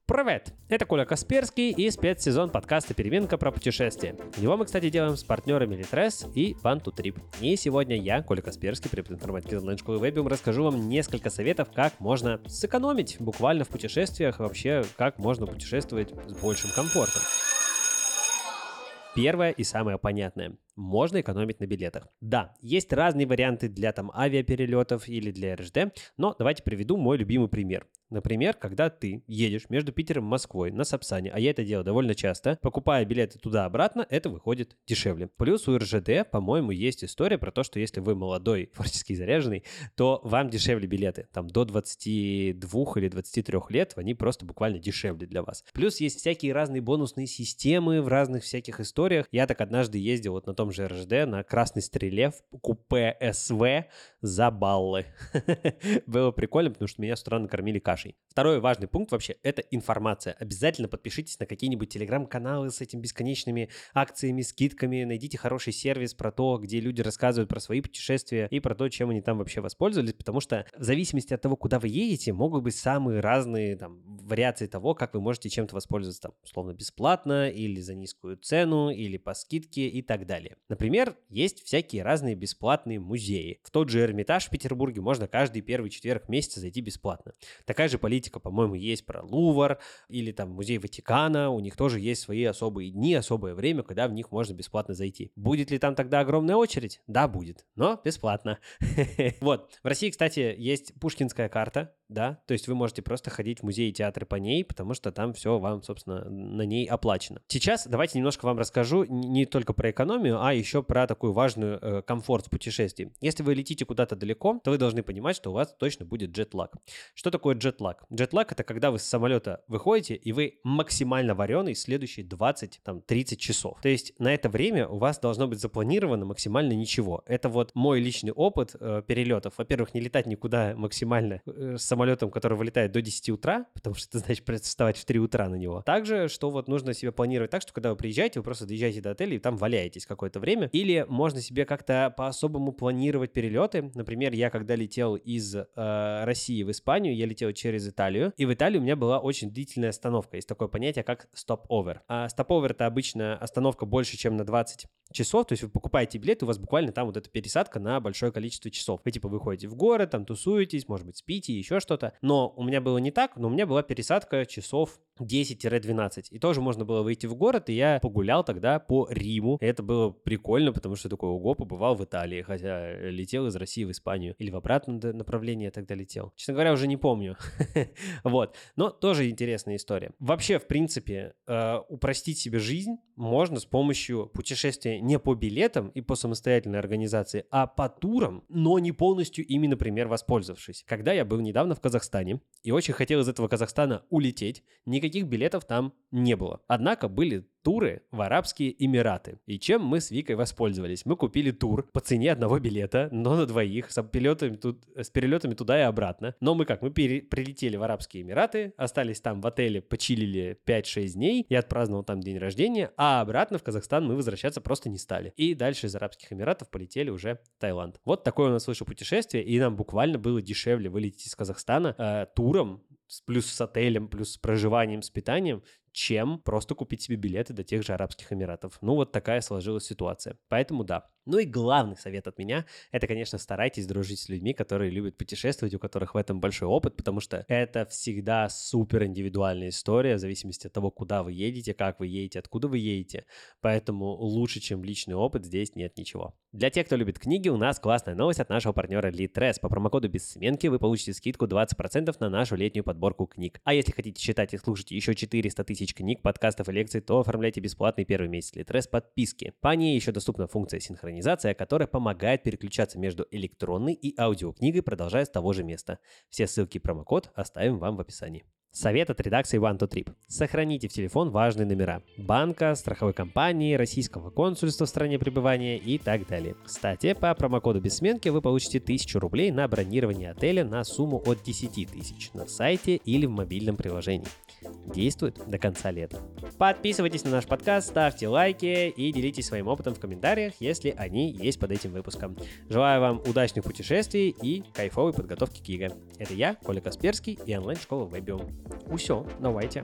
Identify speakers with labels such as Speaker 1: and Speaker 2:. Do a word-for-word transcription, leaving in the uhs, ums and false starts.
Speaker 1: Привет! Это Коля Касперский и спецсезон подкаста «Переменка» про путешествия. Его мы, кстати, делаем с партнерами Litres и One to Trip. И сегодня я, Коля Касперский, преподаватель информатики онлайн-школы Webium, расскажу вам несколько советов, как можно сэкономить буквально в путешествиях, вообще как можно путешествовать с большим комфортом. Первое и самое понятное. Можно экономить на билетах. Да, есть разные варианты для там авиаперелетов или для эр эйч ди, но давайте приведу мой любимый пример. Например, когда ты едешь между Питером и Москвой на Сапсане, а я это делаю довольно часто, покупая билеты туда-обратно, это выходит дешевле. Плюс у эр жэ дэ, по-моему, есть история про то, что если вы молодой, творчески заряженный, то вам дешевле билеты. Там до двадцати двух или двадцати трёх лет они просто буквально дешевле для вас. Плюс есть всякие разные бонусные системы в разных всяких историях. Я так однажды ездил вот на том же эр эйч ди на Красной Стреле в купе эс вэ за баллы. Было прикольно, потому что меня с утра накормили кашей. Второй важный пункт вообще – это информация. Обязательно подпишитесь на какие-нибудь телеграм-каналы с этими бесконечными акциями, скидками. Найдите хороший сервис про то, где люди рассказывают про свои путешествия и про то, чем они там вообще воспользовались, потому что в зависимости от того, куда вы едете, могут быть самые разные там вариации того, как вы можете чем-то воспользоваться, там, условно, бесплатно или за низкую цену, или по скидке и так далее. Например, есть всякие разные бесплатные музеи. В тот же Эрмитаж в Петербурге можно каждый первый четверг месяца зайти бесплатно. Такая же политика, по-моему, есть про Лувр или там Музей Ватикана. У них тоже есть свои особые дни, особое время, когда в них можно бесплатно зайти. Будет ли там тогда огромная очередь? Да, будет, но бесплатно. Вот. В России, кстати, есть Пушкинская карта, да, то есть вы можете просто ходить в музеи и театры по ней, потому что там все вам, собственно, на ней оплачено. Сейчас давайте немножко вам расскажу не только про экономию, а еще про такую важную э, комфорт в путешествии. Если вы летите куда-то далеко, то вы должны понимать, что у вас точно будет джетлаг. Что такое джетлаг? Джетлаг — это когда вы с самолета выходите, и вы максимально вареный следующие двадцать-тридцать часов. То есть на это время у вас должно быть запланировано максимально ничего. Это вот мой личный опыт э, перелетов. Во-первых, не летать никуда максимально э, с самолетом, который вылетает до десяти утра, потому что это значит придется вставать в три утра на него. Также, что вот нужно себе планировать так, что когда вы приезжаете, вы просто доезжаете до отеля и там валяетесь какое-то время. Или можно себе как-то по-особому планировать перелеты. Например, я когда летел из э, России в Испанию, я летел через Италию, и в Италии у меня была очень длительная остановка. Есть такое понятие, как стоп-овер. А стоп-овер — это обычно остановка больше, чем на двадцать часов, то есть вы покупаете билет, и у вас буквально там вот эта пересадка на большое количество часов. Вы типа выходите в город, там тусуетесь, может быть, спите, еще что-то. Но у меня было не так, но у меня была пересадка часов десять-двенадцать. И тоже можно было выйти в город, и я погулял тогда по Риму. И это было прикольно, потому что такой, ого, побывал в Италии, хотя летел из России в Испанию. Или в обратном направлении я тогда летел. Честно говоря, уже не помню. Вот. Но тоже интересная история. Вообще, в принципе, упростить себе жизнь можно с помощью путешествия не по билетам и по самостоятельной организации, а по турам, но не полностью ими, например, воспользовавшись. Когда я был недавно в Казахстане и очень хотел из этого Казахстана улететь, никаких билетов там не было. Однако были туры в Арабские Эмираты. И чем мы с Викой воспользовались? Мы купили тур по цене одного билета, но на двоих, с перелетами, тут, с перелетами туда и обратно. Но мы как? Мы пере, прилетели в Арабские Эмираты, остались там в отеле, почилили пять-шесть дней, я отпраздновал там день рождения, а обратно в Казахстан мы возвращаться просто не стали. И дальше из Арабских Эмиратов полетели уже в Таиланд. Вот такое у нас вышло путешествие, и нам буквально было дешевле вылететь из Казахстана э, туром, плюс с отелем, плюс с проживанием, с питанием, чем просто купить себе билеты до тех же Арабских Эмиратов. Ну, вот такая сложилась ситуация. Поэтому да. Ну и главный совет от меня — это, конечно, старайтесь дружить с людьми, которые любят путешествовать, у которых в этом большой опыт, потому что это всегда супер индивидуальная история в зависимости от того, куда вы едете, как вы едете, откуда вы едете. Поэтому лучше, чем личный опыт, здесь нет ничего. Для тех, кто любит книги, у нас классная новость от нашего партнера Litres. По промокоду «Бессменки» вы получите скидку двадцать процентов на нашу летнюю подборку книг. А если хотите читать и слушать еще четыреста тысяч книг, подкастов и лекций, то оформляйте бесплатный первый месяц Litres подписки. По ней еще доступна функция синхронизация, которая помогает переключаться между электронной и аудиокнигой, продолжая с того же места. Все ссылки и промокод оставим вам в описании. Совет от редакции One to Trip. Сохраните в телефон важные номера банка, страховой компании, российского консульства в стране пребывания и так далее. Кстати, по промокоду «Бессменки» вы получите тысячу рублей на бронирование отеля на сумму от десяти тысяч на сайте или в мобильном приложении. действует до конца лета. Подписывайтесь на наш подкаст, ставьте лайки и делитесь своим опытом в комментариях, если они есть под этим выпуском. Желаю вам удачных путешествий и кайфовой подготовки к ЕГЭ. Это я, Коля Касперский и онлайн-школа Webium. Усё, давайте.